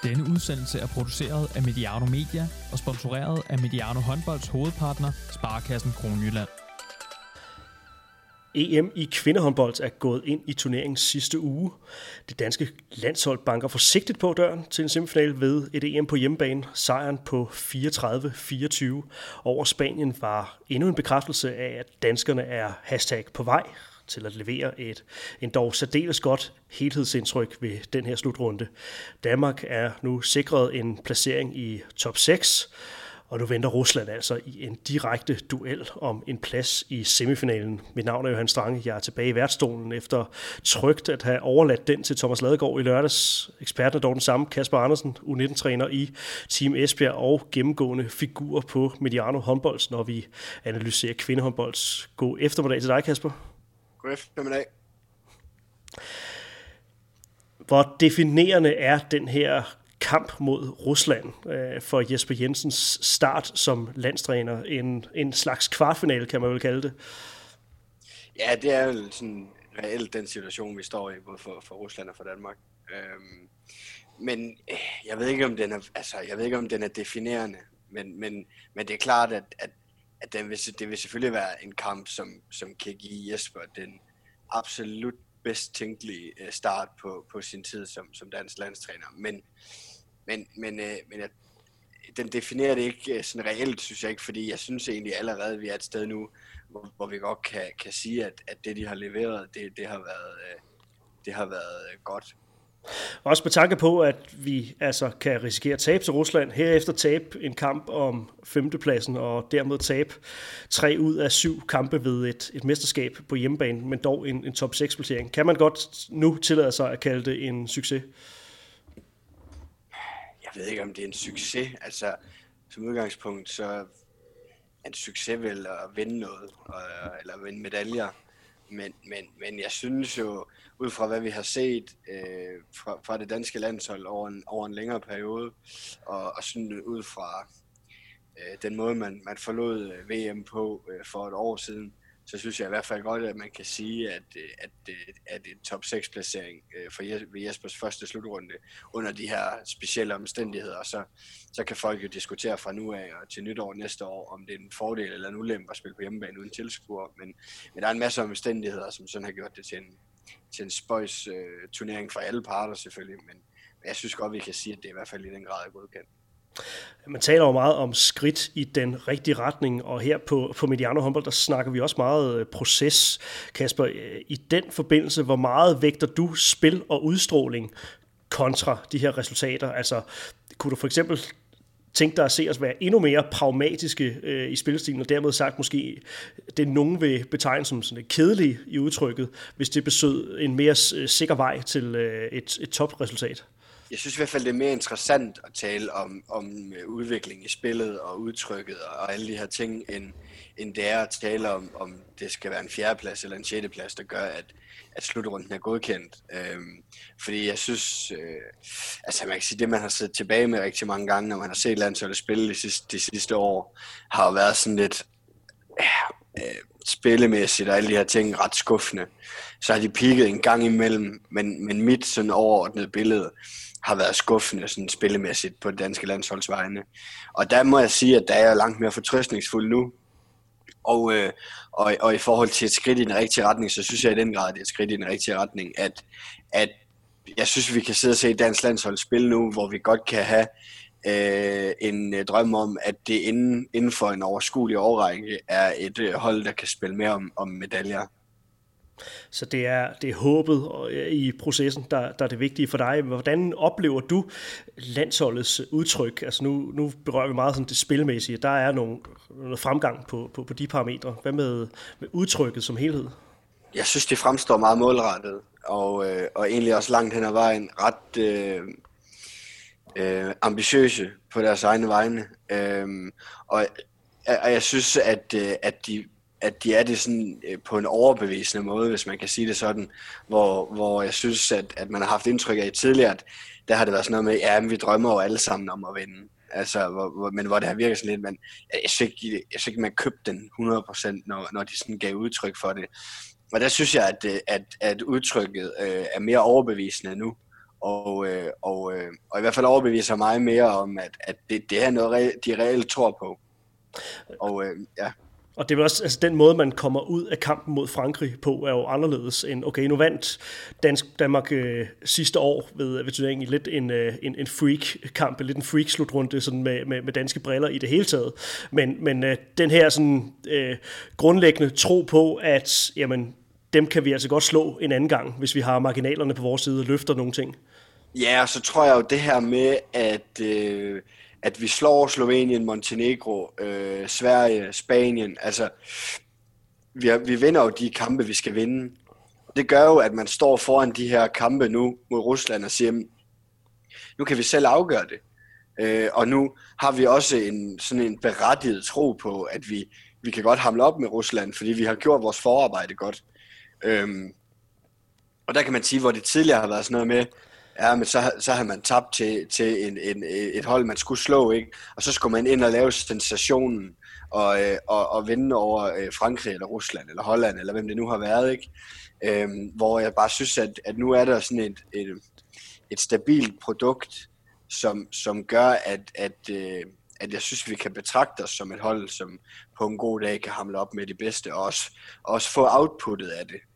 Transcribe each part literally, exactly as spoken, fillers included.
Denne udsendelse er produceret af Mediano Media og sponsoreret af Mediano Håndbolds hovedpartner, Sparekassen Kronjylland. E M i kvindehåndbold er gået ind i turneringens sidste uge. Det danske landshold banker forsigtigt på døren til en semifinal ved et E M på hjemmebane. Sejren på fireogtredive fireogtyve over Spanien var endnu en bekræftelse af, at danskerne er hashtag på vej til at levere et endog særdeles godt helhedsindtryk ved den her slutrunde. Danmark er nu sikret en placering i top seks, og nu venter Rusland altså i en direkte duel om en plads i semifinalen. Mit navn er Johan Strange. Jeg er tilbage i værtsstolen efter trygt at have overladt den til Thomas Ladegaard i lørdags. Eksperten er dog den samme, Kasper Andersen, U nitten-træner i Team Esbjerg og gennemgående figur på Mediano Håndbolds, når vi analyserer kvindehåndbolds. God eftermiddag til dig, Kasper. God eftermiddag. Hvor definerende er den her kamp mod Rusland øh, for Jesper Jensens start som landstræner? En, en slags kvartfinale, kan man vel kalde det. Ja, det er jo sådan reelt den situation, vi står i, både for, for Rusland og for Danmark. Øhm, men jeg ved ikke, om den er, altså, jeg ved ikke, om den er definerende, men, men, men det er klart, at, at, at den vil, det vil selvfølgelig være en kamp, som, som kan give Jesper den absolut bedst tænkelige start på, på sin tid som, som dansk landstræner. Men, men, men, øh, men jeg, den definerer det ikke sådan reelt, synes jeg ikke, fordi jeg synes egentlig allerede, vi er et sted nu, hvor, hvor vi godt kan, kan sige, at, at det, de har leveret, det, det, har, været, øh, det har været godt. Også med tanke på, at vi altså kan risikere at tabe til Rusland, herefter tabe en kamp om femtepladsen, og dermed tabe tre ud af syv kampe ved et, et mesterskab på hjemmebane, men dog en, en top seks placering. Kan man godt nu tillade sig at kalde det en succes? Jeg ved ikke, om det er en succes. Altså, som udgangspunkt, så er en succes vel at vinde noget, eller vinde medaljer. Men, men, men jeg synes jo, ud fra hvad vi har set øh, fra, fra det danske landshold over en, over en længere periode, og, og sådan ud fra øh, den måde, man, man forlod V M på øh, for et år siden, så synes jeg i hvert fald godt, at man kan sige, at, at, at en top seks placering for Jespers første slutrunde under de her specielle omstændigheder, så, så kan folk jo diskutere fra nu af og til nytår næste år, om det er en fordel eller en ulempe at spille på hjemmebane uden tilskuere. Men, men der er en masse omstændigheder, som sådan har gjort det til en, til en spøjs øh, turnering for alle parter selvfølgelig, men, men jeg synes godt, vi kan sige, at det i hvert fald i den grad er godkendt. Man taler jo meget om skridt i den rigtige retning, og her på, på Mediano Håndbold, der snakker vi også meget proces. Kasper, i den forbindelse, hvor meget vægter du spil og udstråling kontra de her resultater? Altså, kunne du for eksempel tænke dig at se os være endnu mere pragmatiske øh, i spilstilen, og dermed sagt måske, det nogen vil betegne som sådan et kedeligt i udtrykket, hvis det besød en mere sikker vej til øh, et, et topresultat? Jeg synes i hvert fald, det er mere interessant at tale om, om udvikling i spillet og udtrykket og alle de her ting, end, end det er at tale om, om det skal være en fjerdeplads eller en sjetteplads, der gør, at, at slutrunden er godkendt. Øhm, fordi jeg synes, øh, altså man kan sige, det man har set tilbage med rigtig mange gange, når man har set landsholdet spille de sidste, de sidste år, har jo været sådan lidt øh, spillemæssigt og alle de her ting ret skuffende. Så har de peaked en gang imellem, men, men mit sådan overordnede billede har været skuffende sådan spillemæssigt på det danske landsholdsvejene. Og der må jeg sige, at der er langt mere fortrøstningsfuld nu. Og, øh, og, og i forhold til et skridt i den rigtige retning, så synes jeg i den grad, at det er et skridt i den rigtige retning, at, at jeg synes, vi kan sidde og se dansk landshold spille nu, hvor vi godt kan have øh, en øh, drøm om, at det inden, inden for en overskuelig årrække er et øh, hold, der kan spille mere om, om medaljer. Så det er, det er håbet i processen, der, der er det vigtige for dig. Hvordan oplever du landsholdets udtryk? Altså nu, nu berører vi meget sådan det spilmæssige. Der er nogle, noget fremgang på, på, på de parametre. Hvad med, med udtrykket som helhed? Jeg synes, det fremstår meget målrettet, og, øh, og egentlig også langt hen ad vejen ret øh, øh, ambitiøse på deres egne vegne. Øh, og, og jeg synes, at, øh, at de at de er det sådan øh, på en overbevisende måde, hvis man kan sige det sådan, hvor, hvor jeg synes, at, at man har haft indtryk af tidligere, at der har det været sådan noget med, ja, men vi drømmer jo alle sammen om at vinde. Altså, hvor, hvor, men hvor det har virket sådan lidt, men jeg synes ikke, jeg synes ikke man købte den hundrede procent, når, når de sådan gav udtryk for det. Og der synes jeg, at, at, at udtrykket øh, er mere overbevisende nu, og, øh, og, øh, og i hvert fald overbeviser mig mere om, at, at det, det er noget, de reelt tror på. Og øh, ja. Og det er også, altså den måde, man kommer ud af kampen mod Frankrig på, er jo anderledes end, okay, nu vandt Dansk, Danmark øh, sidste år ved, ved turneringen lidt en, øh, en, en freak-kamp, lidt en freak-slutrunde sådan med, med, med danske briller i det hele taget. Men, men øh, den her sådan, øh, grundlæggende tro på, at jamen, dem kan vi altså godt slå en anden gang, hvis vi har marginalerne på vores side og løfter nogle ting. Ja, og så tror jeg jo det her med, at... Øh at vi slår Slovenien, Montenegro, øh, Sverige, Spanien, altså vi, har, vi vinder jo de kampe, vi skal vinde. Det gør jo, at man står foran de her kampe nu mod Rusland og siger, nu kan vi selv afgøre det. Øh, og nu har vi også en, sådan en berettiget tro på, at vi, vi kan godt hamle op med Rusland, fordi vi har gjort vores forarbejde godt. Øh, og der kan man sige, hvor det tidligere har været sådan noget med, ja, men så, så har man tabt til, til en, en, et hold, man skulle slå, ikke? Og så skulle man ind og lave sensationen og, og, og vinde over Frankrig eller Rusland eller Holland, eller hvem det nu har været, ikke? Øhm, hvor jeg bare synes, at, at nu er der sådan et, et, et stabilt produkt, som, som gør, at, at, at jeg synes, vi kan betragte os som et hold, som på en god dag kan hamle op med de bedste, og også, også få outputtet af det.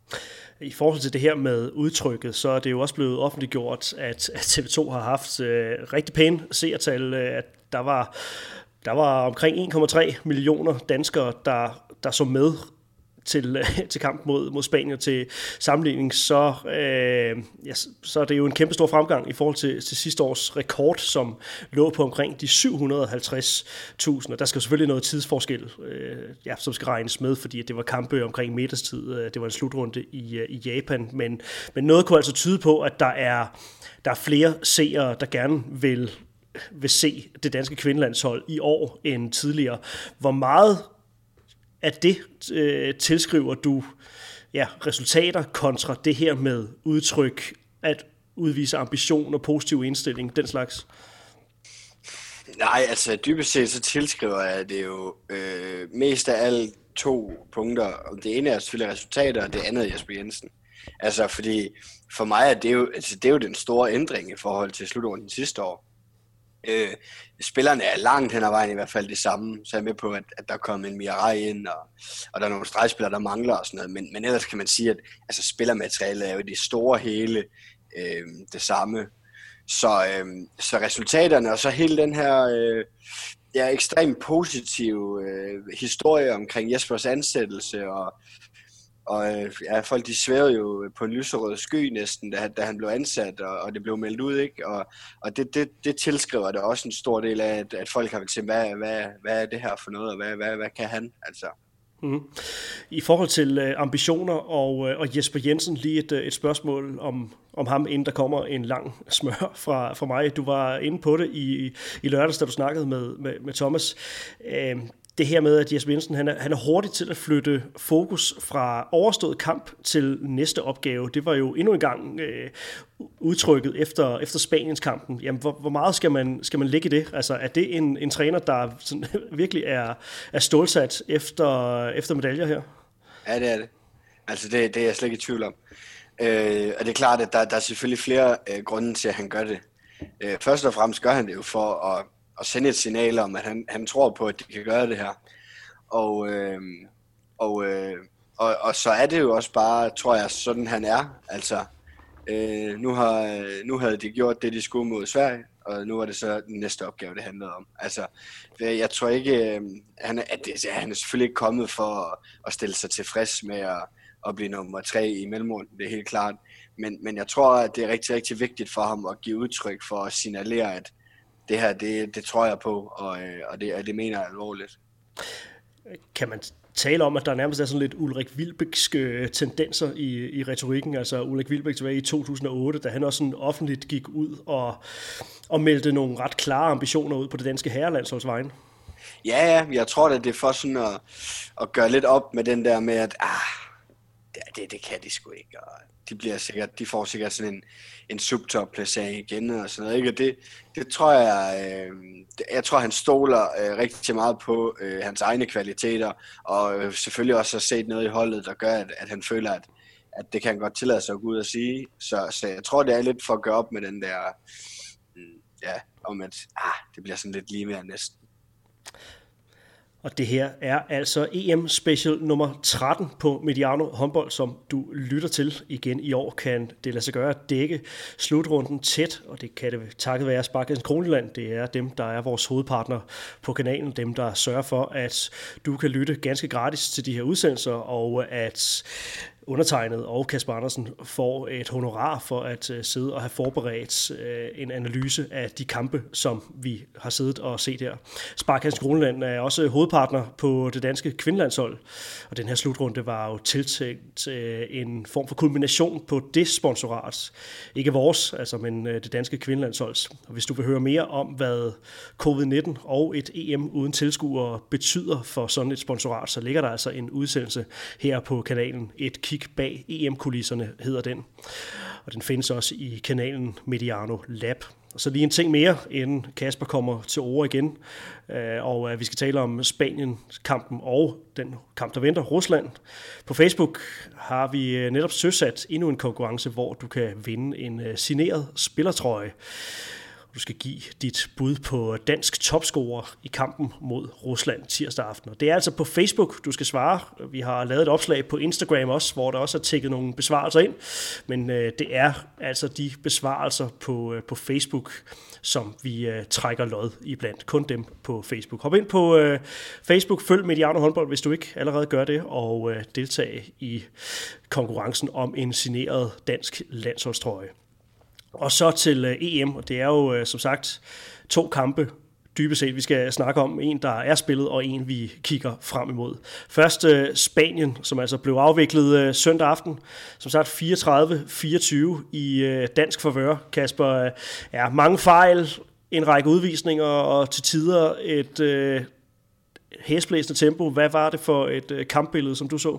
I forhold til det her med udtrykket, så er det jo også blevet offentliggjort, at T V to har haft øh, rigtig pæne seertal. At der var, der var omkring en komma tre millioner danskere, der, der så med til, til kamp mod, mod Spanien. Til sammenligning, så, øh, ja, så er det jo en kæmpe stor fremgang i forhold til, til sidste års rekord, som lå på omkring de syv hundrede og halvtreds tusind. Og der skal selvfølgelig noget tidsforskel, øh, ja, som skal regnes med, fordi det var kampe omkring middagstid. Det var en slutrunde i, i Japan. Men, men noget kunne altså tyde på, at der er, der er flere seere, der gerne vil, vil se det danske kvindelandshold i år end tidligere. Hvor meget at det øh, tilskriver du ja, resultater kontra det her med udtryk, at udvise ambition og positiv indstilling, den slags? Nej, altså dybest set så tilskriver jeg det jo øh, mest af alle to punkter. Det ene er selvfølgelig resultater, og det andet er Jesper Jensen. Altså fordi for mig er det jo, altså, det er jo den store ændring i forhold til slutrunden sidste år. Øh, spillerne er langt hen ad vejen i hvert fald det samme, så er jeg med på, at, at der kommer en Mirai ind, og, og der er nogle stregspillere, der mangler og sådan noget, men, men ellers kan man sige, at altså, spillermaterialet er jo det store hele øh, det samme. Så, øh, så resultaterne, og så hele den her øh, ja, ekstremt positive øh, historie omkring Jespers ansættelse, og Og ja, folk de svævede jo på en lyserød sky næsten, da, da han blev ansat, og, og det blev meldt ud, ikke? Og, og det, det, det tilskriver det også en stor del af, at, at folk har vel tænkt, hvad, hvad, hvad er det her for noget, og hvad, hvad, hvad kan han? Altså. Mm. I forhold til uh, ambitioner og, uh, og Jesper Jensen, lige et, uh, et spørgsmål om, om ham, inden der kommer en lang smør fra, fra mig. Du var inde på det i, i lørdags, da du snakkede med, med, med Thomas. Uh, Det her med, at Jesper Jensen han er, han er hurtig til at flytte fokus fra overstået kamp til næste opgave. Det var jo endnu en gang øh, udtrykket efter, efter Spaniens kampen. Jamen, hvor, hvor meget skal man, skal man ligge i det? Altså, er det en, en træner, der sådan, virkelig er, er stålsat efter, efter medaljer her? Ja, det er det. Altså, det, det er jeg slet ikke i tvivl om. Øh, og det er klart, at der, der er selvfølgelig flere øh, grunde til, at han gør det. Øh, først og fremmest gør han det jo for at og sende et signal om, at han, han tror på, at de kan gøre det her. Og, øh, og, øh, og, og så er det jo også bare, tror jeg, sådan han er. Altså, øh, nu, har, nu havde de gjort det, de skulle mod Sverige, og nu var det så den næste opgave, det handlede om. Altså, jeg tror ikke, øh, han, er, at det, han er selvfølgelig ikke kommet for at, at stille sig tilfreds med at, at blive nummer tre i mellemrunden, det er helt klart. Men, men jeg tror, at det er rigtig, rigtig vigtigt for ham at give udtryk for at signalere, at det her, det, det tror jeg på, og, og, det, det mener jeg alvorligt. Kan man tale om, at der nærmest er sådan lidt Ulrik Wilbekske tendenser i, i retorikken? Altså Ulrik Wilbek tilbage i to tusind og otte, da han også sådan offentligt gik ud og, og meldte nogle ret klare ambitioner ud på det danske herrelandsholdsvejen. Ja, ja, jeg tror da, det er for sådan at, at gøre lidt op med den der med, at ah, det, det kan de sgu ikke, og de bliver sikkert, de får sikkert sådan en, en subtop-placering igen og sådan noget, ikke? Og det, det tror jeg, øh, jeg tror han stoler øh, rigtig meget på øh, hans egne kvaliteter, og øh, selvfølgelig også har set noget i holdet, der gør, at, at han føler, at at det kan han godt tillade sig at gå ud og sige. Så, så jeg tror, det er lidt for at gøre op med den der, ja, om at ah, det bliver sådan lidt lige mere næsten. Og det her er altså E M Special nummer tretten på Mediano håndbold, som du lytter til. Igen i år kan det lade sig gøre at dække slutrunden tæt, og det kan det takket være Sparkassen Kronjylland. Det er dem, der er vores hovedpartner på kanalen, dem der sørger for, at du kan lytte ganske gratis til de her udsendelser, og at undertegnet og Kasper Andersen får et honorar for at uh, sidde og have forberedt uh, en analyse af de kampe, som vi har siddet og set her. Sparkassen Kronjylland er også hovedpartner på det danske kvindelandshold, og den her slutrunde var jo tiltænkt uh, en form for kulmination på det sponsorat. Ikke vores, altså, men uh, det danske kvindelandsholds. Og hvis du vil høre mere om, hvad covid nitten og et E M uden tilskuere betyder for sådan et sponsorat, så ligger der altså en udsendelse her på kanalen. Et kig bag E M-kulisserne hedder den. Og den findes også i kanalen Mediano Lab. Og så lige en ting mere, inden Kasper kommer til ord igen. Og vi skal tale om Spanien-kampen og den kamp, der venter Rusland. På Facebook har vi netop søsat endnu en konkurrence, hvor du kan vinde en signeret spillertrøje. Du skal give dit bud på dansk topscorer i kampen mod Rusland tirsdag aften. Og det er altså på Facebook, du skal svare. Vi har lavet et opslag på Instagram også, hvor der også er tækket nogle besvarelser ind. Men øh, det er altså de besvarelser på, øh, på Facebook, som vi øh, trækker lod i blandt. Kun dem på Facebook. Hop ind på øh, Facebook, følg Mediano håndbold, hvis du ikke allerede gør det, og øh, deltag i konkurrencen om en signeret dansk landsholdstrøje. Og så til E M, og det er jo som sagt to kampe, dybest set, vi skal snakke om. En, der er spillet, og en, vi kigger frem imod. Først Spanien, som altså blev afviklet søndag aften. Som sagt fireogtredive fireogtyve i dansk favør. Kasper, ja, mange fejl, en række udvisninger, og til tider et øh, hæsblæsende tempo. Hvad var det for et kampbillede, som du så?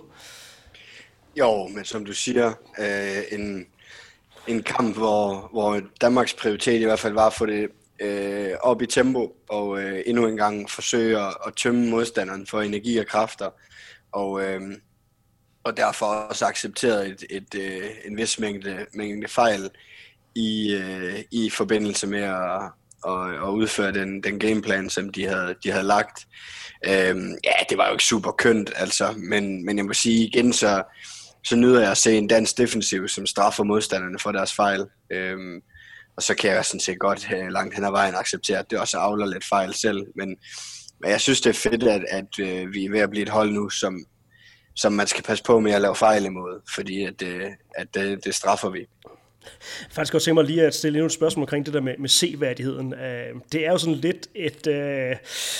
Jo, men som du siger, øh, en... En kamp, hvor, hvor Danmarks prioritet i hvert fald var at få det øh, op i tempo, og øh, endnu en gang forsøge at, at tømme modstanderen for energi og kræfter, og, øh, og derfor også accepteret et, et, øh, en vis mængde, mængde fejl i, øh, i forbindelse med at, at, at udføre den, den gameplan, som de havde, de havde lagt. Øh, ja, det var jo ikke super kønt, altså, men, men jeg må sige igen, så så nyder jeg at se en dansk defensiv, som straffer modstanderne for deres fejl. Øhm, og så kan jeg sådan set godt uh, langt hen ad vejen acceptere, at det også avler lidt fejl selv. Men, men jeg synes, det er fedt, at, at uh, vi er ved at blive et hold nu, som, som man skal passe på med at lave fejl imod, fordi at, uh, at det, det straffer vi. Jeg faktisk godt tænke mig lige at stille endnu et spørgsmål omkring det der med, med seværdigheden. Det er jo sådan lidt et... Uh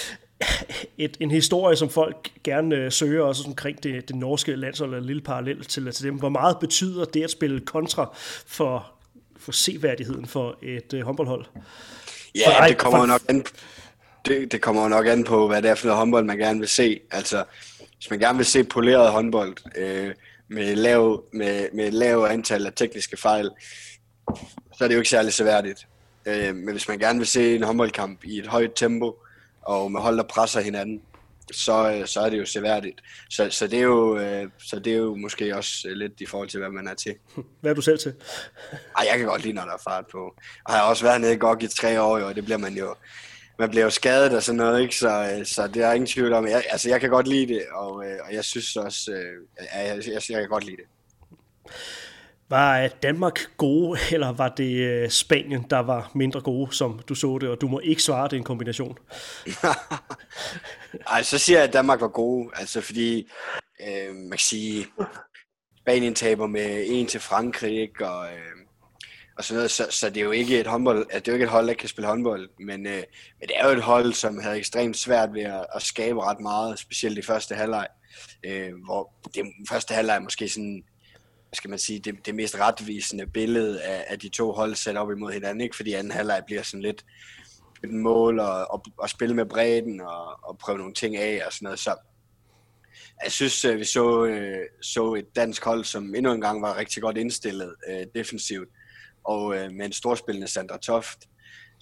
Et, en historie, som folk gerne øh, søger, også omkring det, det norske landshold, eller en lille parallel til, til dem. Hvor meget betyder det at spille kontra for, for seværdigheden for et øh, håndboldhold? Ja, for, det kommer for, nok an, det, det kommer nok an på, hvad det er for noget håndbold, man gerne vil se. Altså, hvis man gerne vil se poleret håndbold øh, med, lav, med, med lav antal af tekniske fejl, så er det jo ikke særlig seværdigt. Øh, men hvis man gerne vil se en håndboldkamp i et højt tempo, og med hold, der presser hinanden, så, så er det jo seværdigt. Så, så, det er jo, så det er jo måske også lidt i forhold til, hvad man er til. Hvad er du selv til? Ej, jeg kan godt lide, når der er fart på. Og jeg har også været nede i G O G i tre år, og det bliver man jo... Man bliver jo skadet og sådan noget, ikke? Så, så det er ingen tvivl om. Jeg, altså, jeg kan godt lide det, og, og jeg synes også, jeg, jeg, jeg, jeg kan godt lide det. Var Danmark gode, eller var det Spanien, der var mindre gode, som du så det, og du må ikke svare, det er en kombination? Ej, så siger jeg, at Danmark var gode, altså fordi, øh, man kan sige, Spanien taber med en til Frankrig, ikke? Og, øh, og sådan noget, så, så det er jo ikke et håndbold, altså, det er jo ikke et hold, der kan spille håndbold, men, øh, men det er jo et hold, som havde ekstremt svært ved at, at skabe ret meget, specielt i første halvleg, øh, hvor det første halvleg måske sådan, skal man sige, det, det mest retvisende billede af, af de to hold sat op imod hinanden, ikke? Fordi anden halvleg bliver sådan lidt et mål og, og, og spille med bredden og, og prøve nogle ting af og sådan noget. Så jeg synes, vi så, så et dansk hold, som endnu en gang var rigtig godt indstillet øh, defensivt, og øh, med en storspillende Sandra Toft,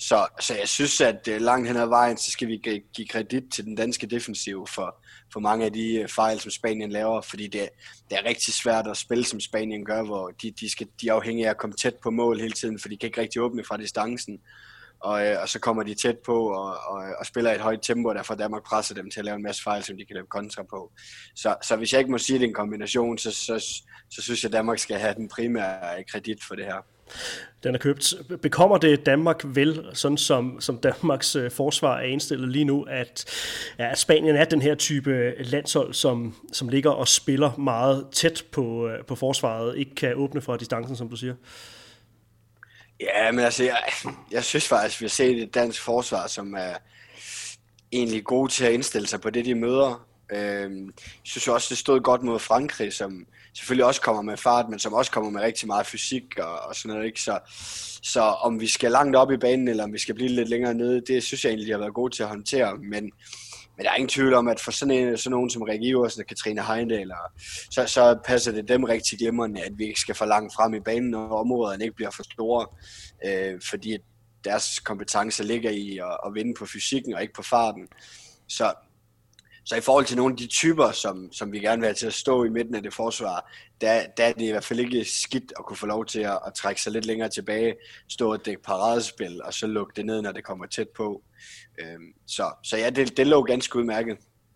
Så, så jeg synes, at langt hen ad vejen, så skal vi give kredit til den danske defensiv for, for mange af de fejl, som Spanien laver, fordi det, det er rigtig svært at spille, som Spanien gør, hvor de, de, skal, de er afhængige af at komme tæt på mål hele tiden, for de kan ikke rigtig åbne fra distancen, og, og så kommer de tæt på og, og, og spiller et højt tempo, og derfor Danmark presser dem til at lave en masse fejl, som de kan lave kontra på. Så, så hvis jeg ikke må sige, det er en kombination, så, så, så synes jeg, at Danmark skal have den primære kredit for det her. Den er købt. Bekommer det Danmark vel, sådan som, som Danmarks øh, forsvar er indstillet lige nu, at, ja, at Spanien er den her type landshold, som, som ligger og spiller meget tæt på, øh, på forsvaret, ikke kan åbne fra distancen, som du siger? Ja, men altså, jeg, jeg synes faktisk, at vi har set et dansk forsvar, som er egentlig gode til at indstille sig på det, de møder. Øhm, jeg synes også, det stod godt mod Frankrig, som selvfølgelig også kommer med fart, men som også kommer med rigtig meget fysik og, og sådan noget, ikke? Så, så om vi skal langt op i banen, eller om vi skal blive lidt længere nede, det synes jeg egentlig, de har været gode til at håndtere, men, men der er ingen tvivl om, at for sådan, en, sådan nogen som Rikke Iversen og Katrine Heindal, så, så passer det dem rigtig glimrende, at vi ikke skal for langt frem i banen, og områderne ikke bliver for store, øh, fordi deres kompetencer ligger i at, at vinde på fysikken og ikke på farten. Så Så i forhold til nogle af de typer, som, som vi gerne vil have til at stå i midten af det forsvar, der, der er det i hvert fald ikke skidt at kunne få lov til at, at trække sig lidt længere tilbage, stå og dække paradespil, og så lukke det ned, når det kommer tæt på. Øhm, så, så ja, det, det lå ganske udmærket.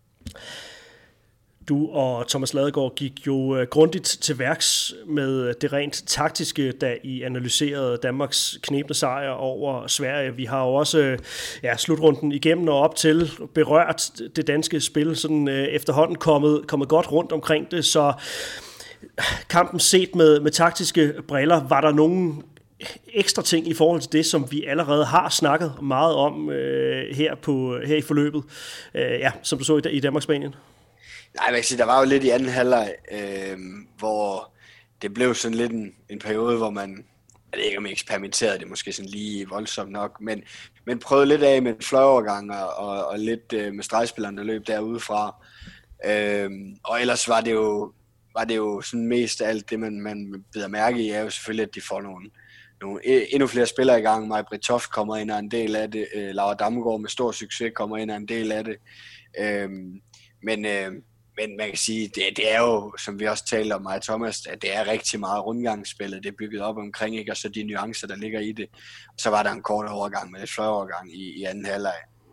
Du og Thomas Ladegaard gik jo uh, grundigt til værks med det rent taktiske, da I analyserede Danmarks knebne sejr over Sverige. Vi har jo også ja, slutrunden igennem og op til berørt det danske spil, sådan uh, efterhånden kommet, kommet godt rundt omkring det, så kampen set med, med taktiske briller, var der nogen ekstra ting i forhold til det, som vi allerede har snakket meget om uh, her, på, her i forløbet, uh, ja, som du så i, i Danmark-Spanien? Nej, jeg kan sige, der var jo lidt i anden halvleg, øh, hvor det blev sådan lidt en, en periode, hvor man, jeg ved ikke om jeg eksperimenterede det, måske sådan lige voldsomt nok, men, men prøvede lidt af med fløjovergang og, og, og lidt øh, med stregspilleren, der løb derudefra. Øh, og ellers var det jo, var det jo sådan mest af alt det, man, man bider mærke i, er jo selvfølgelig, at de får nogle, nogle endnu flere spillere i gang. Maj-Britt Toft kommer ind og en del af det. Øh, Laura Damgaard med stor succes kommer ind og en del af det. Øh, men... Øh, Men man kan sige, det, det er jo, som vi også talte om mig og Thomas, at det er rigtig meget rundgangsspillet, det er bygget op omkring, ikke? Og så de nuancer, der ligger i det. Så var der en kort overgang med et fløjovergang i, i anden halvleg.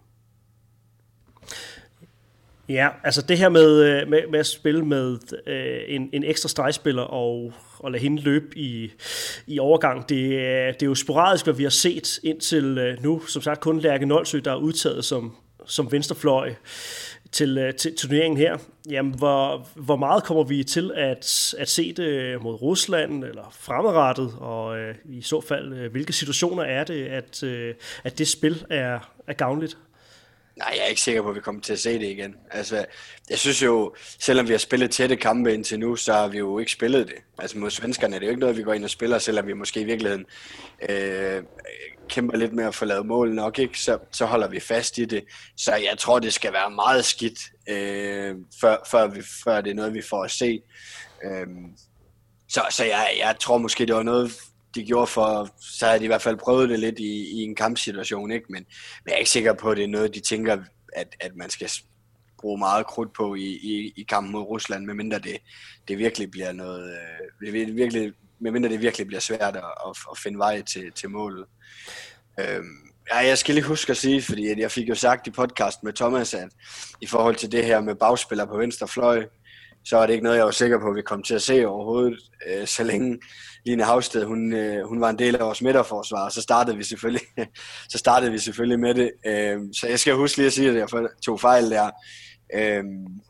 Ja, altså det her med, med, med at spille med øh, en, en ekstra stregspiller og, og lade hende løbe i, i overgang, det, det er jo sporadisk, hvad vi har set indtil øh, nu. Som sagt kun Lærke Nolsø, der er udtaget som, som venstrefløj til, til turneringen her. Jamen, hvor, hvor meget kommer vi til at, at se det mod Rusland eller fremadrettet, og øh, i så fald, øh, hvilke situationer er det, at, øh, at det spil er, er gavnligt? Nej, jeg er ikke sikker på, at vi kommer til at se det igen. Altså, jeg synes jo, selvom vi har spillet tætte kampe indtil nu, så har vi jo ikke spillet det. Altså mod svenskerne er det jo ikke noget, vi går ind og spiller, selvom vi måske i virkeligheden øh, kæmper lidt med at få lavet mål nok, ikke? Så, så holder vi fast i det. Så jeg tror, det skal være meget skidt, øh, før, før, vi, før det er noget, vi får at se. Øh, så så jeg, jeg tror måske, det var noget, de gjorde for, så havde de i hvert fald prøvet det lidt i, i en kampsituation, ikke? Men, men jeg er ikke sikker på, at det er noget, de tænker, at, at man skal bruge meget krudt på i, i, i kampen mod Rusland, medmindre det, det virkelig bliver noget, øh, virkelig, medmindre det virkelig bliver svært at, at, at finde vej til, til målet. Øhm, ja, jeg skal lige huske at sige, fordi at jeg fik jo sagt i podcast med Thomas, at i forhold til det her med bagspillere på venstre fløj, så er det ikke noget, jeg var sikker på, at vi kom til at se overhovedet, øh, så længe Line Havsted, hun, øh, hun var en del af vores midterforsvar, og så startede vi selvfølgelig, så startede vi selvfølgelig med det. Øh, så jeg skal huske lige at sige, at jeg tog fejl der. Øh,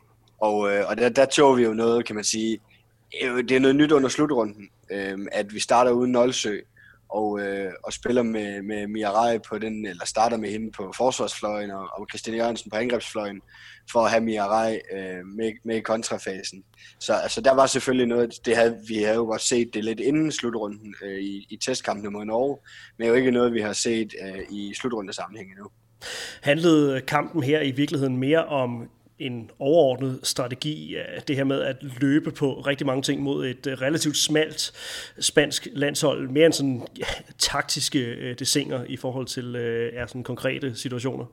og øh, og der, der tog vi jo noget, kan man sige, det er noget nyt under slutrunden, øh, at vi starter uden Nolsø, og, øh, og spiller med, med Mia Rej på den, eller starter med hende på forsvarsfløjen, og, og Christine Jørgensen på angrebsfløjen, for at have Mia Rej øh, med, med i kontrafasen. Så altså, der var selvfølgelig noget, det havde, vi havde jo godt set det lidt inden slutrunden øh, i, i testkampen mod Norge, men jo ikke noget, vi har set øh, i slutrundesammenhæng endnu. Handlede kampen her i virkeligheden mere om en overordnet strategi af det her med at løbe på rigtig mange ting mod et relativt smalt spansk landshold, mere end sådan ja, taktiske øh, desinger i forhold til øh, ja, sådan konkrete situationer?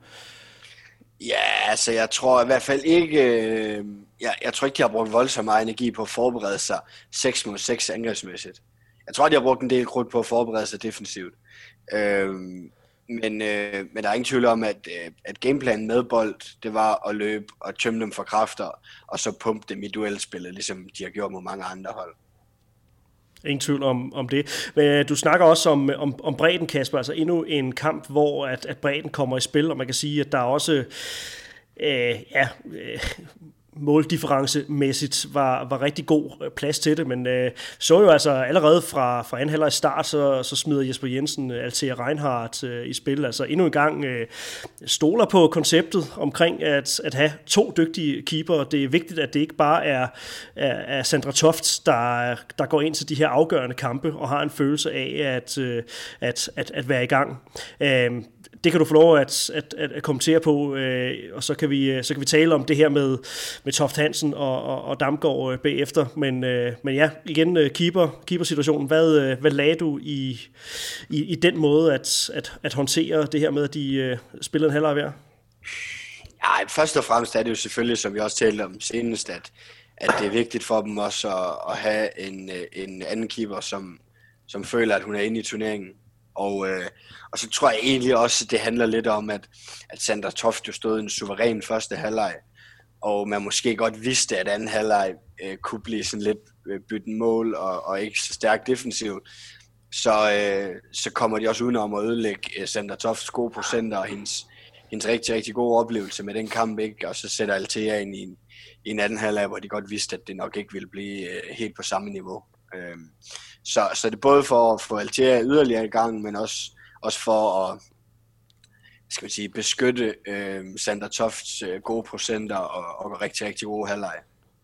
Ja, altså jeg tror i hvert fald ikke, øh, jeg, jeg tror ikke, de har brugt voldsomt meget energi på at forberede sig seks mod seks angrebsmæssigt. Jeg tror, de har brugt en del krudt på at forberede sig defensivt. Øh, men, øh, men der er ingen tvivl om, at, at gameplanen med bold, det var at løbe og tømme dem for kræfter, og så pumpe dem i duelspillet, ligesom de har gjort mod mange andre hold. Ingen tvivl om, om det. Men du snakker også om, om, om bredden, Kasper. Altså endnu en kamp, hvor at, at bredden kommer i spil, og man kan sige, at der også øh, ja, øh, måldifferencemæssigt var, var rigtig god plads til det, men øh, så jo altså allerede fra, fra anden halvleg start, så, så smider Jesper Jensen Altea Reinhardt øh, i spil. Altså endnu en gang øh, stoler på konceptet omkring at, at have to dygtige keeper. Det er vigtigt, at det ikke bare er, er, er Sandra Toft, der, der går ind til de her afgørende kampe og har en følelse af at, øh, at, at, at være i gang. Øh, Det kan du få lov at, at, at, at kommentere på, øh, og så kan, vi, så kan vi tale om det her med, med Toft Hansen og, og, og Damgaard øh, bagefter. Men, øh, men ja, igen, øh, keeper, keeper-situationen. Hvad, øh, hvad lagde du i, i, i den måde at, at, at håndtere det her med, at de øh, spillede en halvleg hver? Ja, først og fremmest er det jo selvfølgelig, som vi også talte om senest, at, at det er vigtigt for dem også at, at have en, en anden keeper, som, som føler, at hun er inde i turneringen. Og, øh, og så tror jeg egentlig også, at det handler lidt om, at, at Sandra Toft jo stod en suveræn første halvleg, og man måske godt vidste, at anden halvleg øh, kunne blive sådan lidt øh, bytten mål og, og ikke så stærkt defensivt. Så, øh, så kommer de også udenom at ødelægge øh, Sandra Tofts gode procenter og hendes, hendes rigtig, rigtig gode oplevelse med den kamp, ikke? Og så sætter Altea ind i en, i en anden halvleg, hvor de godt vidste, at det nok ikke ville blive øh, helt på samme niveau. Øh, Så, så det er både for at få Altea yderligere i gang, men også, også for at skal man sige, beskytte øh, Sandra Tofts øh, gode procenter og, og rigtig, rigtig gode halvleg.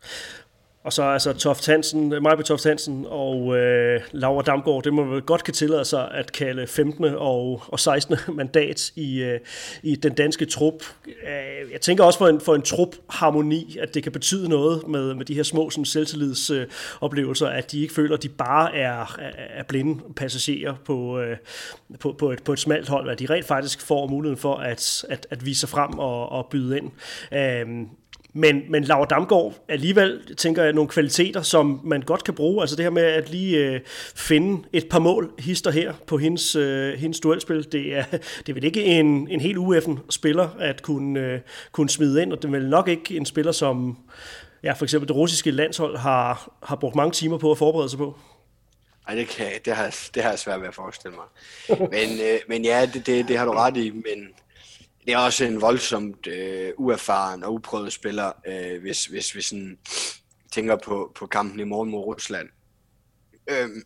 Og så altså Toft Hansen, Majbrit Toft Hansen og øh, Laura Damgaard, det må man godt kan tillade sig at kalde femtende og, og sekstende mandat i, øh, i den danske trup. Jeg tænker også for en, for en trup-harmoni, at det kan betyde noget med, med de her små sådan, selvtillidsoplevelser, at de ikke føler, at de bare er, er blinde passagerer på, øh, på, på, et, på et smalt hold, at de rent faktisk får muligheden for at, at, at vise sig frem og, og byde ind. Øh, Men, men Laura Damgaard alligevel, tænker jeg, nogle kvaliteter, som man godt kan bruge. Altså det her med at lige øh, finde et par mål hister her på hendes, øh, hendes duelspil. Det er, det er vel ikke en, en helt U F'en spiller at kunne, øh, kunne smide ind, og det er vel nok ikke en spiller, som ja, for eksempel det russiske landshold har, har brugt mange timer på at forberede sig på. Ej, det, kan, det, har, det har jeg svært ved at forestille mig. men, øh, men ja, det, det, det har du ret i, men det er også en voldsomt øh, uerfaren og uprøvet spiller, øh, hvis, hvis vi sådan tænker på, på kampen i morgen mod Rusland. Øhm,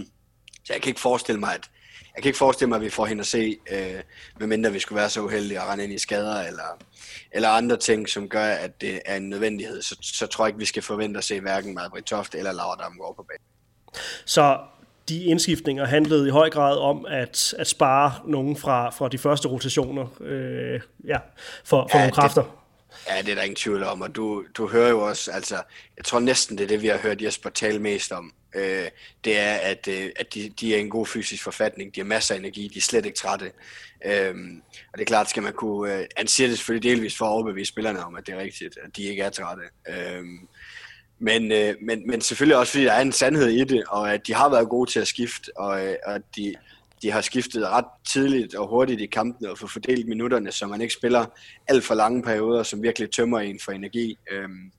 så jeg kan ikke forestille mig, at jeg kan ikke forestille mig, at vi får hende at se, øh, medmindre vi skulle være så uheldige at rende ind i skader eller, eller andre ting, som gør, at det er en nødvendighed. Så, så tror jeg ikke, vi skal forvente at se hverken Majbrit Toft eller Laura Damgaard på banen. Så de indskiftninger handlede i høj grad om at, at spare nogen fra, fra de første rotationer øh, ja, for, for ja, nogle kræfter. Det, ja, det er der ingen tvivl om, og du, du hører jo også, altså, jeg tror næsten det er det, vi har hørt Jesper tale mest om, øh, det er, at, øh, at de, de er i en god fysisk forfatning, de har masser af energi, de er slet ikke trætte, øh, og det er klart, skal man kunne, øh, han siger det selvfølgelig delvis for at overbevise spillerne om, at det er rigtigt, at de ikke er trætte, øh, Men, øh, men, men selvfølgelig også, fordi der er en sandhed i det, og at de har været gode til at skifte, og øh, at de, de har skiftet ret tidligt og hurtigt i kampene og få fordelt minutterne, så man ikke spiller alt for lange perioder, som virkelig tømmer en for energi. Øhm,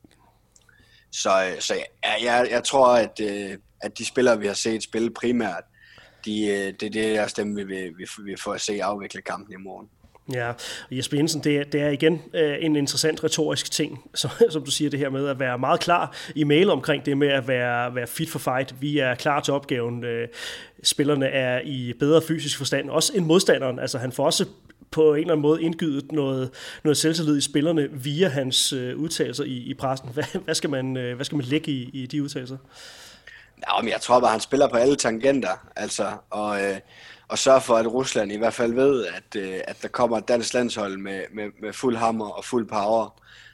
så så jeg, jeg, jeg tror, at, øh, at de spillere, vi har set spille primært, de, øh, det, det er dem, vi vil, vi, vi får at se afvikle kampen i morgen. Ja, og Jesper Jensen, det er, det er igen øh, en interessant retorisk ting, som, som du siger, det her med at være meget klar i mail omkring det med at være, være fit for fight. Vi er klar til opgaven. Øh, spillerne er i bedre fysisk forstand, også end modstanderen. Altså han får også på en eller anden måde indgydet noget, noget selvtillid i spillerne via hans øh, udtalelser i, i pressen. Hvad, hvad, skal man, øh, hvad skal man lægge i, i de udtalelser? Ja, men jeg tror bare, han spiller på alle tangenter, altså, og, øh, og sørger for, at Rusland i hvert fald ved, at, øh, at der kommer et dansk landshold med, med, med fuld hammer og fuld power.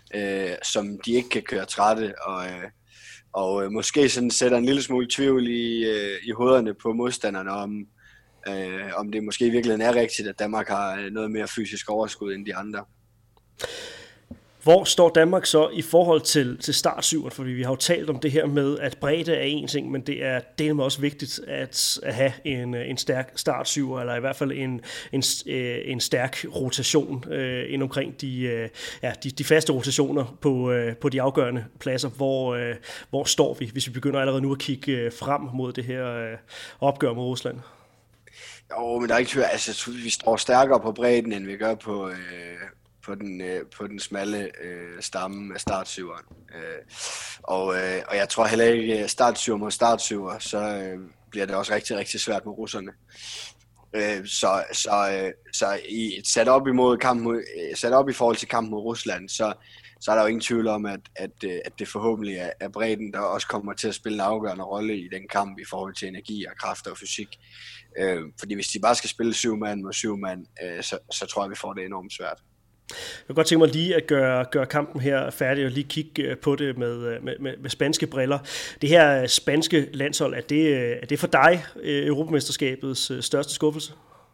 øh, som de ikke kan køre trætte, og, øh, og øh, måske sådan sætter en lille smule tvivl i, øh, i hovederne på modstanderne om, øh, om det måske i virkeligheden er rigtigt, at Danmark har noget mere fysisk overskud end de andre. Hvor står Danmark så i forhold til, til startsyveren? Fordi vi har jo talt om det her med, at bredde er en ting, men det er delvis også vigtigt at, at have en, en stærk startsyver, eller i hvert fald en, en, en stærk rotation øh, ind omkring de, øh, ja, de, de faste rotationer på, øh, på de afgørende pladser. Hvor, øh, hvor står vi, hvis vi begynder allerede nu at kigge frem mod det her øh, opgør mod Rusland? Jo, men der er ikke tvivl. Altså, vi står stærkere på bredden, end vi gør på... Øh på den, øh, på den smalle øh, stamme af startsyveren. Øh, og, øh, og jeg tror heller ikke, startsyver mod startsyver, så øh, bliver det også rigtig, rigtig svært med russerne. Øh, så, så, øh, så i et sat op imod kamp mod, sat op i forhold til kampen mod Rusland, så, så er der jo ingen tvivl om, at, at, at det forhåbentlig er, er bredden, der også kommer til at spille en afgørende rolle i den kamp i forhold til energi og kræfter og fysik. Øh, fordi hvis de bare skal spille syv mand mod syv mand, øh, så, så tror jeg, vi får det enormt svært. Jeg kan godt tænke mig lige at gøre, gøre kampen her færdig og lige kigge på det med, med, med, med spanske briller. Det her spanske landshold, er det, er det for dig Europamesterskabets største skuffelse?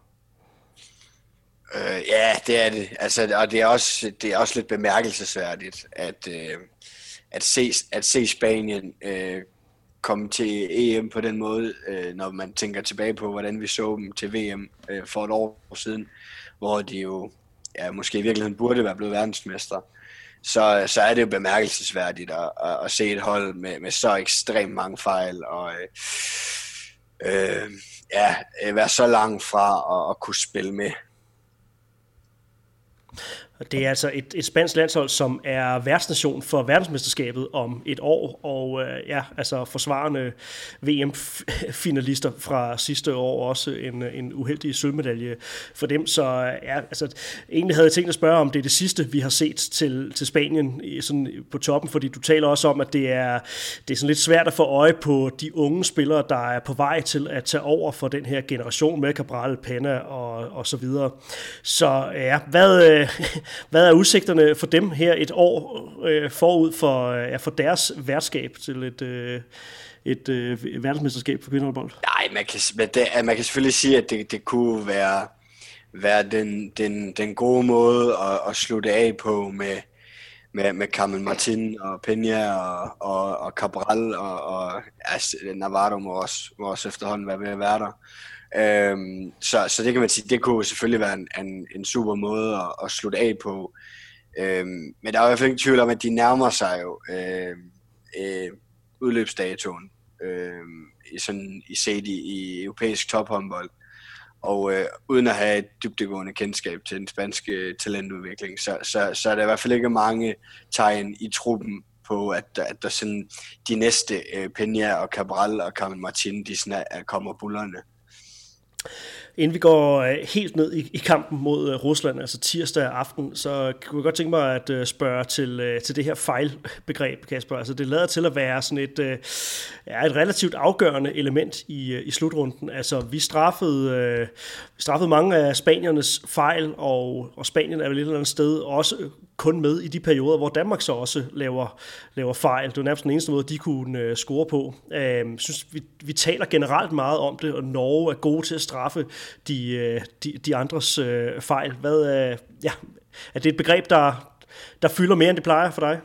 Øh, ja, det er det. Altså, og det er også, det er også lidt bemærkelsesværdigt, at, øh, at, se, at se Spanien øh, komme til E M på den måde, øh, når man tænker tilbage på, hvordan vi så dem til V M øh, for et år siden, hvor de jo ja, måske i virkeligheden burde være blevet verdensmester, så, så er det jo bemærkelsesværdigt at, at, at se et hold med, med så ekstremt mange fejl, og øh, øh, ja, være så langt fra at, at kunne spille med. Det er altså et, et spansk landshold, som er værtsnation for verdensmesterskabet om et år, og øh, ja, altså forsvarende V M-finalister fra sidste år, også en, en uheldig sølvmedalje for dem. Så ja, altså, egentlig havde jeg tænkt at spørge, om det er det sidste, vi har set til, til Spanien sådan på toppen, fordi du taler også om, at det er, det er sådan lidt svært at få øje på de unge spillere, der er på vej til at tage over for den her generation med Cabral, Penna og, og så videre. Så ja, hvad... Øh, Hvad er udsigterne for dem her et år øh, forud for, ja, for deres værtskab til et, øh, et øh, verdensmesterskab for kvindehåndbold? Nej, man kan, det, man kan selvfølgelig sige, at det, det kunne være, være den, den, den gode måde at, at slutte af på med, med, med Carmen Martin og Peña og, og, og Cabral og, og altså, Navarro må også, må også efterhånden være ved at være der. Øhm, så, så det kan man sige, det kunne selvfølgelig være en, en, en super måde at, at slutte af på. Øhm, men der er i hvert fald ikke tvivl om, at de nærmer sig jo øh, øh, udløbsdatoen øh, i sådan i set i, i europæisk tophåndbold. Og øh, uden at have et dybdegående kendskab til den spanske talentudvikling, så, så, så er der i hvert fald ikke mange tegn i truppen på, at, at der sådan de næste øh, Peña og Cabral og Carmen Martin, de sådan er, kommer bullerne. Inden vi går helt ned i, i kampen mod Rusland, altså tirsdag aften, så kunne jeg godt tænke mig at spørge til, til det her fejlbegreb, Kasper. Altså det lader til at være sådan et, ja, et relativt afgørende element i, i slutrunden. Altså vi straffede, vi straffede mange af spaniernes fejl, og, og Spanien er vel et eller andet sted også kun med i de perioder, hvor Danmark så også laver, laver fejl. Det var nærmest den eneste måde, de kunne uh, score på. Jeg uh, synes, vi, vi taler generelt meget om det, og Norge er gode til at straffe de, uh, de, de andres uh, fejl. Hvad, uh, ja, er det et begreb, der, der fylder mere, end det plejer for dig?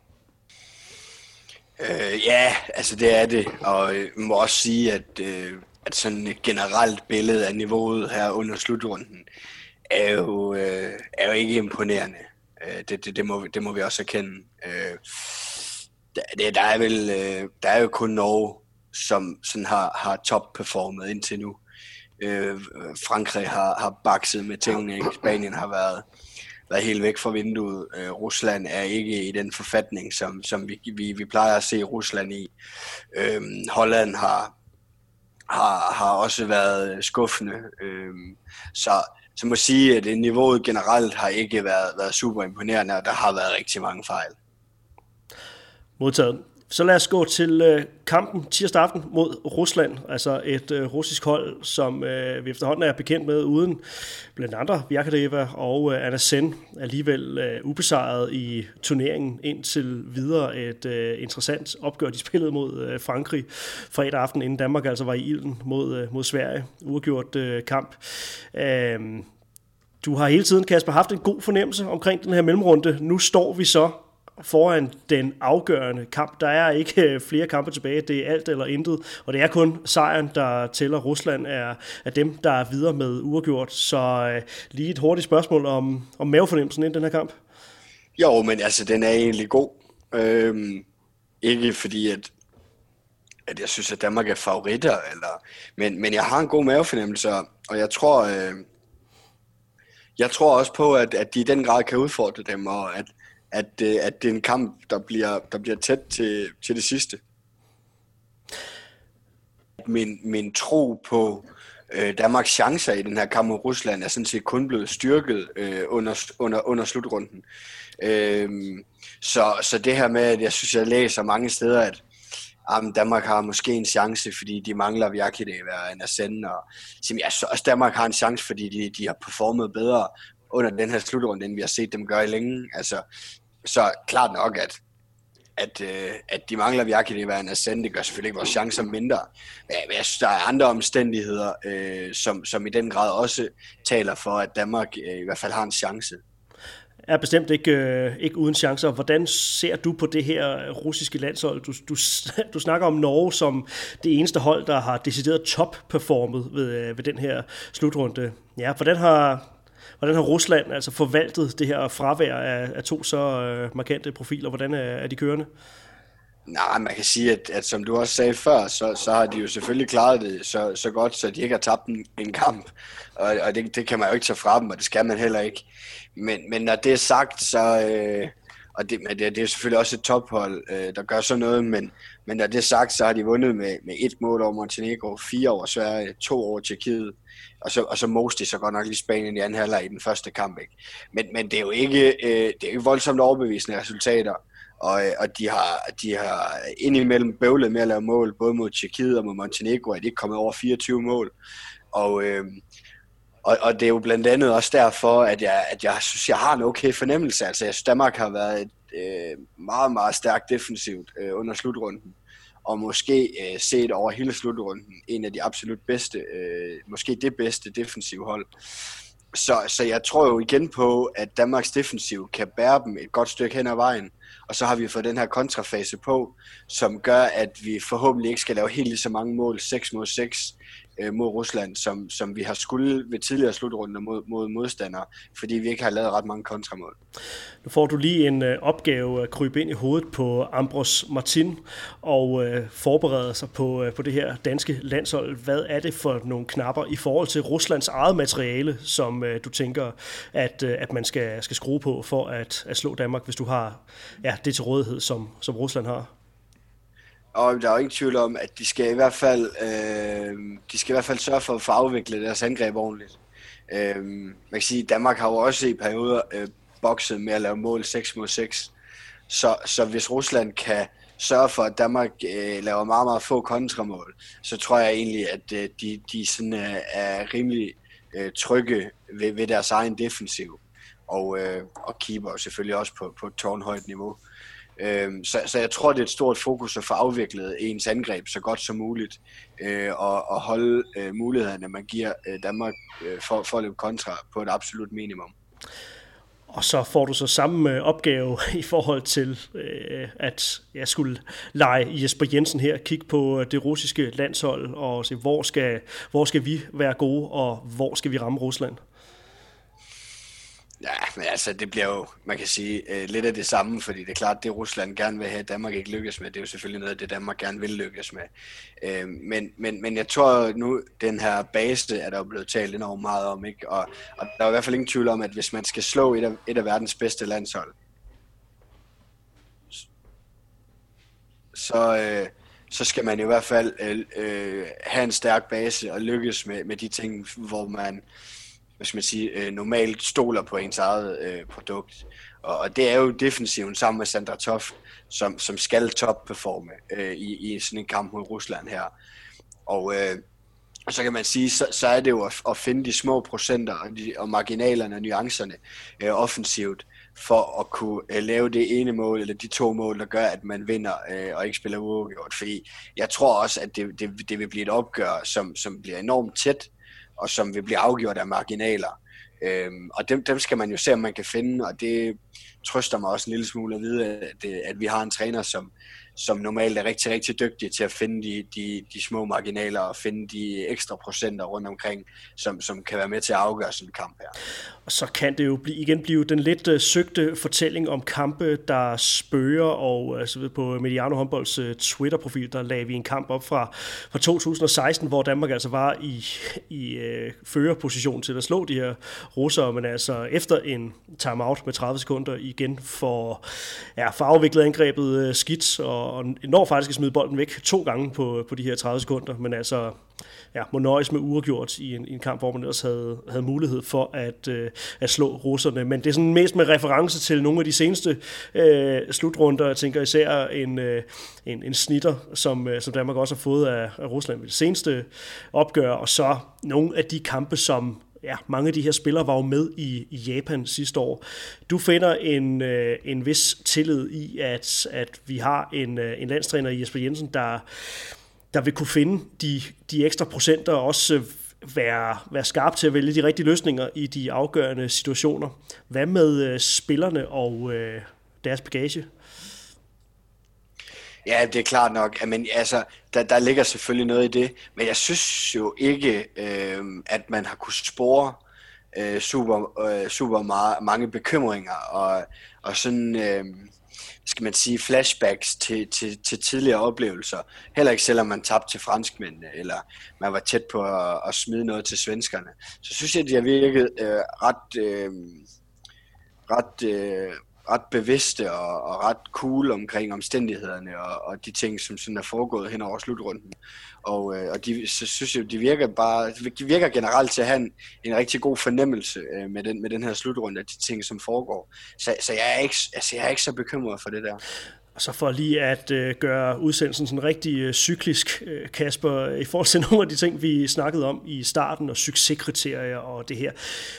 Øh, ja, altså det er det, og jeg må også sige, at, øh, at sådan et generelt billede af niveauet her under slutrunden er jo, øh, er jo ikke imponerende. Det, det, det, må, det må vi også erkende. Øh, der, der, er vel, øh, der er jo kun Norge, som sådan har, har top-performet indtil nu. Øh, Frankrig har, har bakset med tingene, ikke? Spanien har været, været helt væk fra vinduet. Øh, Rusland er ikke i den forfatning, som, som vi, vi, vi plejer at se Rusland i. Øh, Holland har, har, har også været skuffende. Øh, så Så må sige, at niveauet generelt har ikke været, været super imponerende, og der har været rigtig mange fejl. Modtaget. Så lad os gå til øh, kampen tirsdag aften mod Rusland, altså et øh, russisk hold, som øh, vi efterhånden er bekendt med, uden blandt andre Vyacheslava og øh, Anna Sen, alligevel øh, ubesejret i turneringen indtil videre. Et øh, interessant opgør, de spillede mod øh, Frankrig fredag aften, inden Danmark altså var i ilden mod, øh, mod Sverige. Uafgjort øh, kamp. Øh, du har hele tiden, Kasper, haft en god fornemmelse omkring den her mellemrunde. Nu står vi så foran den afgørende kamp. Der er ikke flere kampe tilbage. Det er alt eller intet. Og det er kun sejren, der tæller. Rusland er, er dem, der er videre med uafgjort. Så øh, lige et hurtigt spørgsmål om, om mavefornemmelsen inden den her kamp. Jo, men altså, den er egentlig god. Øhm, ikke fordi, at, at jeg synes, at Danmark er favoritter. Eller, men, men jeg har en god mavefornemmelse, og jeg tror, øh, jeg tror også på, at, at de i den grad kan udfordre dem, og at At, at det er en kamp, der bliver, der bliver tæt til, til det sidste. Min, min tro på øh, Danmarks chancer i den her kamp mod Rusland er sådan set kun blevet styrket øh, under, under, under slutrunden. Øh, så, så det her med, at jeg synes, jeg læser mange steder, at um, Danmark har måske en chance, fordi de mangler Vyacheslava og Anna Sen, og jeg synes også, Danmark har en chance, fordi de, de har performet bedre under den her slutrunde, end vi har set dem gøre i længe. Altså, så klart nok, at, at, øh, at de mangler Vyacheslava og Anna Sen, det gør selvfølgelig ikke vores chancer mindre. Men jeg synes, der er andre omstændigheder, øh, som, som i den grad også taler for, at Danmark øh, i hvert fald har en chance. Er bestemt ikke, øh, ikke uden chancer. Hvordan ser du på det her russiske landshold? Du, du, du snakker om Norge som det eneste hold, der har decideret top-performet ved, ved den her slutrunde. Ja, hvordan har... Hvordan har Rusland altså forvaltet det her fravær af, af to så øh, markante profiler? Hvordan er, er de kørende? Nej, man kan sige, at, at som du også sagde før, så, så har de jo selvfølgelig klaret det så, så godt, så de ikke har tabt en, en kamp. Og, og det, det kan man jo ikke tage fra dem, og det skal man heller ikke. Men, men når det er sagt, så... Øh, og det, det, det er selvfølgelig også et tophold, øh, der gør sådan noget, men, men når det er sagt, så har de vundet med, med et mål over Montenegro, fire over Sverige, to over Tjekkiet, og så, og så moste de så godt nok lige Spanien i anden halvleg i den første kamp. Ikke? Men, men det er jo ikke, øh, det er ikke voldsomt overbevisende resultater, og, og de har, de har indimellem bøvlet med at lave mål, både mod Tjekkiet og mod Montenegro, at de ikke kommet over fireogtyve mål. Og, øh, og, og det er jo blandt andet også derfor, at jeg, at jeg synes, jeg har en okay fornemmelse. Altså, jeg synes, Danmark har været et øh, meget, meget stærkt defensivt øh, under slutrunden. Og måske øh, set over hele slutrunden en af de absolut bedste, øh, måske det bedste defensive hold. Så, så jeg tror jo igen på, at Danmarks defensiv kan bære dem et godt stykke hen ad vejen. Og så har vi fået den her kontrafase på, som gør, at vi forhåbentlig ikke skal lave helt lige så mange mål, seks mod seks øh, mod Rusland, som, som vi har skulle ved tidligere slutrunder mod, mod modstandere, fordi vi ikke har lavet ret mange kontramål. Nu får du lige en øh, opgave at krybe ind i hovedet på Ambros Martin og øh, forberede sig på, øh, på det her danske landshold. Hvad er det for nogle knapper i forhold til Ruslands eget materiale, som øh, du tænker, at, øh, at man skal, skal skrue på for at, at slå Danmark, hvis du har ja, det til rådighed, som, som Rusland har? Og der er jo ingen tvivl om, at de skal i hvert fald, øh, de skal i hvert fald sørge for at få afviklet deres angreb ordentligt. Øh, man kan sige, at Danmark har jo også i perioder øh, bokset med at lave mål seks mod seks. Så, så hvis Rusland kan sørge for, at Danmark øh, laver meget, meget få kontramål, så tror jeg egentlig, at øh, de, de sådan, øh, er rimelig øh, trygge ved, ved deres egen defensiv. Og, øh, og keeper selvfølgelig også på, på et tårnhøjt niveau. Øh, så, så jeg tror, det er et stort fokus at få afviklet ens angreb så godt som muligt, øh, og, og holde øh, mulighederne, man giver øh, Danmark øh, for, for at løbe kontra på et absolut minimum. Og så får du så samme opgave i forhold til, øh, at jeg skulle lege Jesper Jensen her, kigge på det russiske landshold og se, hvor skal, hvor skal vi være gode, og hvor skal vi ramme Rusland? Ja, men altså, det bliver jo, man kan sige, øh, lidt af det samme, fordi det er klart, det Rusland gerne vil have, Danmark ikke lykkes med, det er jo selvfølgelig noget af det, Danmark gerne vil lykkes med. Øh, men, men, men jeg tror nu, den her base er der jo blevet talt enormt meget om, ikke? Og, og der er i hvert fald ingen tvivl om, at hvis man skal slå et af, et af verdens bedste landshold, så, øh, så skal man i hvert fald øh, øh, have en stærk base og lykkes med, med de ting, hvor man... hvis man siger, øh, normalt stoler på ens eget øh, produkt. Og, og det er jo defensiven sammen med Sandra Toft, som, som skal topperforme øh, i, i sådan en kamp mod Rusland her. Og øh, så kan man sige, så, så er det jo at, at finde de små procenter og, de, og marginalerne og nuancerne øh, offensivt, for at kunne øh, lave det ene mål, eller de to mål, der gør, at man vinder øh, og ikke spiller uafgjort. Fordi jeg tror også, at det, det, det vil blive et opgør, som, som bliver enormt tæt, og som vil blive afgjort af marginaler. Øhm, og dem, dem skal man jo se, om man kan finde, og det trøster mig også en lille smule at vide, at, at vi har en træner, som, som normalt er rigtig, rigtig dygtig til at finde de, de, de små marginaler og finde de ekstra procenter rundt omkring, som, som kan være med til at afgøre sådan en kamp her. Og så kan det jo blive, igen blive den lidt uh, søgte fortælling om kampe, der spøger, og altså, på Mediano Håndbolds uh, Twitter-profil, der lagde vi en kamp op fra, fra to tusind og seksten, hvor Danmark altså var i, i uh, førerposition til at slå de her russere, men altså efter en timeout med tredive sekunder igen for, ja, for afviklet angrebet uh, skidt, og, og når faktisk at smide bolden væk to gange på, på de her tredive sekunder, men altså ja, må nøjes med uafgjort i en, i en kamp, hvor man ellers havde, havde mulighed for at, øh, at slå russerne. Men det er sådan mest med reference til nogle af de seneste øh, slutrunder. Jeg tænker især en, øh, en, en snitter, som, øh, som Danmark også har fået af, af Rusland ved det seneste opgør, og så nogle af de kampe, som ja, mange af de her spillere var jo med i, i Japan sidste år. Du finder en, øh, en vis tillid i, at, at vi har en, øh, en landstræner, Jesper Jensen, der der vil kunne finde de, de ekstra procenter og også være, være skarp til at vælge de rigtige løsninger i de afgørende situationer. Hvad med øh, spillerne og øh, deres bagage? Ja, det er klart nok. Men altså, der, der ligger selvfølgelig noget i det, men jeg synes jo ikke, øh, at man har kunnet spore øh, super, øh, super meget, mange bekymringer og, og sådan... Øh, skal man sige, flashbacks til, til, til tidligere oplevelser. Heller ikke selvom man tabte til franskmændene, eller man var tæt på at, at smide noget til svenskerne. Så synes jeg, at de har virket øh, ret, øh, ret, øh, ret bevidste og, og ret cool omkring omstændighederne og, og de ting, som sådan er foregået hen over slutrunden. Og, øh, og de, så synes jeg, de virker bare, de virker generelt til at have en, en rigtig god fornemmelse øh, med, den, med den her slutrunde af de ting, som foregår. Så, så jeg, er ikke, altså, jeg er ikke så bekymret for det der. Og så for lige at øh, gøre udsendelsen sådan rigtig øh, cyklisk, øh, Kasper, i forhold til nogle af de ting, vi snakkede om i starten, og succeskriterier og det her.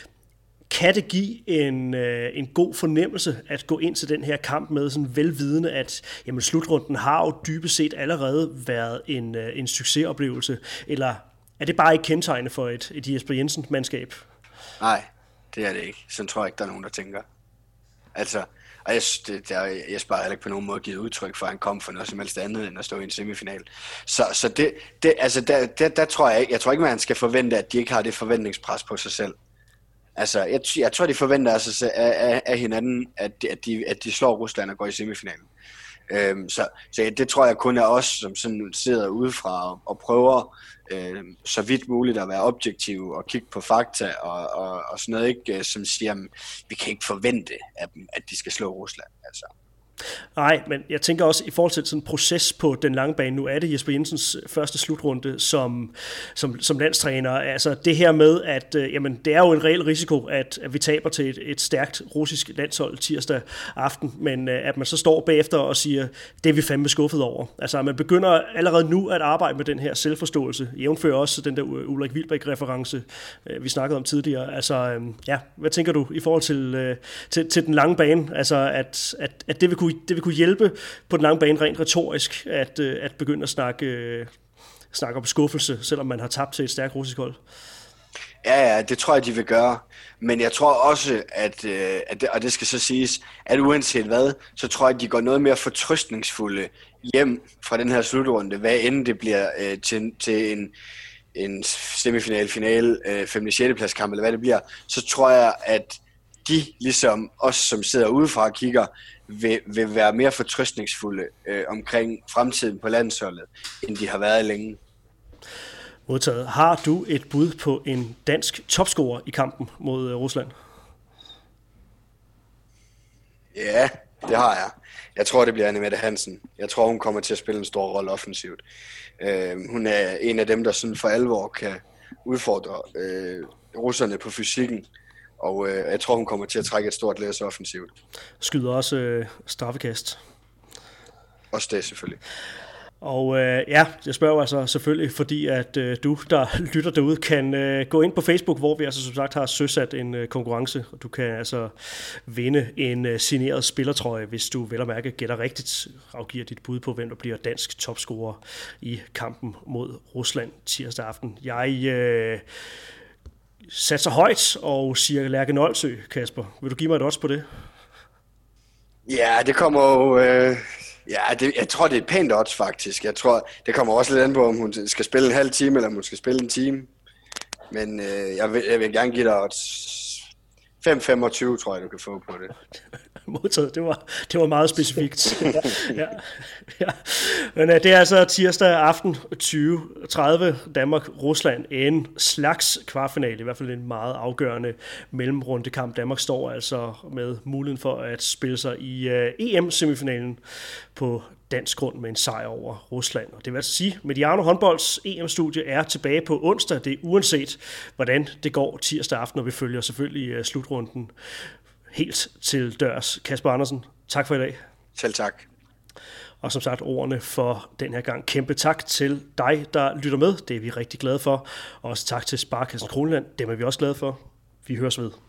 Kan det give en, øh, en god fornemmelse at gå ind til den her kamp med sådan velvidende, at jamen, slutrunden har jo dybest set allerede været en, øh, en succesoplevelse, eller er det bare ikke kendetegnende for et, et Jesper Jensen-mandskab? Nej, det er det ikke. Sådan tror jeg ikke, der er nogen, der tænker. Altså, og jeg, det, der, jeg sparer heller ikke på nogen måde givet udtryk for, at han kom for noget som helst andet, end at stå i en semifinal. Så, så det, det, altså, der, der, der tror jeg ikke, jeg tror ikke, man skal forvente, at de ikke har det forventningspres på sig selv. Altså, jeg, jeg tror, de forventer altså af, af, af hinanden, at de, at, de, at de slår Rusland og går i semifinalen. Øhm, så så ja, det tror jeg kun er os, som sådan sidder udefra og, og prøver øh, så vidt muligt at være objektive og kigge på fakta og, og, og sådan noget, ikke, som siger, at vi kan ikke forvente af dem, at de skal slå Rusland. Altså. Nej, men jeg tænker også i forhold til sådan en proces på den lange bane, nu er det Jesper Jensens første slutrunde som, som, som landstræner. Altså det her med, at øh, jamen, det er jo en reel risiko, at, at vi taber til et, et stærkt russisk landshold tirsdag aften, men øh, at man så står bagefter og siger, det er vi fandme skuffet over. Altså man begynder allerede nu at arbejde med den her selvforståelse, jævnfører også den der Ulrik Wilbæk-reference, øh, vi snakkede om tidligere. Altså øh, ja, hvad tænker du i forhold til, øh, til, til den lange bane? Altså at, at, at det vil kunne det vil kunne hjælpe på den lange bane rent retorisk, at, at begynde at snakke, snakke om skuffelse, selvom man har tabt til et stærkt russisk hold. Ja, ja, det tror jeg, de vil gøre. Men jeg tror også, at, at det, og det skal så siges, at uanset hvad, så tror jeg, at de går noget mere fortrøstningsfulde hjem fra den her slutrunde, hvad end det bliver øh, til, til en, en semifinal, final, øh, femte sjette pladskamp, eller hvad det bliver, så tror jeg, at de, ligesom os, som sidder udefra og kigger, vil, vil være mere fortrøstningsfulde øh, omkring fremtiden på landsholdet, end de har været længe. Modtaget. Har du et bud på en dansk topscorer i kampen mod øh, Rusland? Ja, det har jeg. Jeg tror, det bliver Annemette Hansen. Jeg tror, hun kommer til at spille en stor rolle offensivt. Øh, hun er en af dem, der sådan for alvor kan udfordre øh, russerne på fysikken. Og øh, jeg tror, hun kommer til at trække et stort læs offensivt. Skyder også øh, straffekast. Også det selvfølgelig. Og øh, ja, jeg spørger altså selvfølgelig, fordi at øh, du, der lytter derude, kan øh, gå ind på Facebook, hvor vi altså som sagt har søsat en øh, konkurrence, og du kan altså vinde en øh, signeret spillertrøje, hvis du vel og mærke gætter rigtigt, afgiver dit bud på, hvem der bliver dansk topscorer i kampen mod Rusland tirsdag aften. Jeg øh, satser højt og siger Lærke Nolsø, Kasper. Vil du give mig et odds på det? Ja, det kommer jo... Øh... Ja, det, jeg tror, det er et pænt odds, faktisk. Jeg tror, det kommer også lidt an på, om hun skal spille en halv time, eller om hun skal spille en time. Men øh, jeg, vil, jeg vil gerne give dig odds fem femogtyve, tror jeg, du kan få på det. Modtaget, det var, det var meget specifikt. ja, ja, ja. Men det er altså tirsdag aften tyve tredive, Danmark-Rusland, en slags kvartfinale, i hvert fald en meget afgørende mellemrundekamp. Danmark står altså med muligheden for at spille sig i uh, E M-semifinalen på dansk grund med en sejr over Rusland. Og det vil altså sige, at Mediano Håndbolds E M-studie er tilbage på onsdag. Det er uanset, hvordan det går tirsdag aften, og vi følger selvfølgelig slutrunden helt til dørs. Kasper Andersen, tak for i dag. Selv tak. Og som sagt, ordene for den her gang. Kæmpe tak til dig, der lytter med. Det er vi rigtig glade for. Og også tak til Sparekassen Kronjylland. Dem er vi også glade for. Vi høres ved.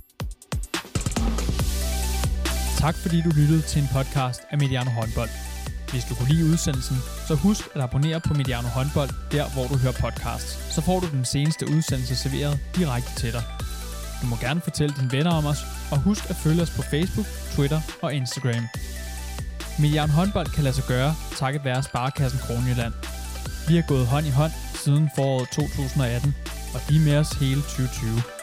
Tak fordi du lyttede til en podcast af Mediano Håndbold. Hvis du kunne lide udsendelsen, så husk at abonnere på Mediano Håndbold, der hvor du hører podcasts. Så får du den seneste udsendelse serveret direkte til dig. Du må gerne fortælle dine venner om os, og husk at følge os på Facebook, Twitter og Instagram. Mediano Håndbold kan lade sig gøre, takket være Sparekassen Kronjylland. Vi har gået hånd i hånd siden foråret to tusind og atten, og de er med os hele tyve tyve.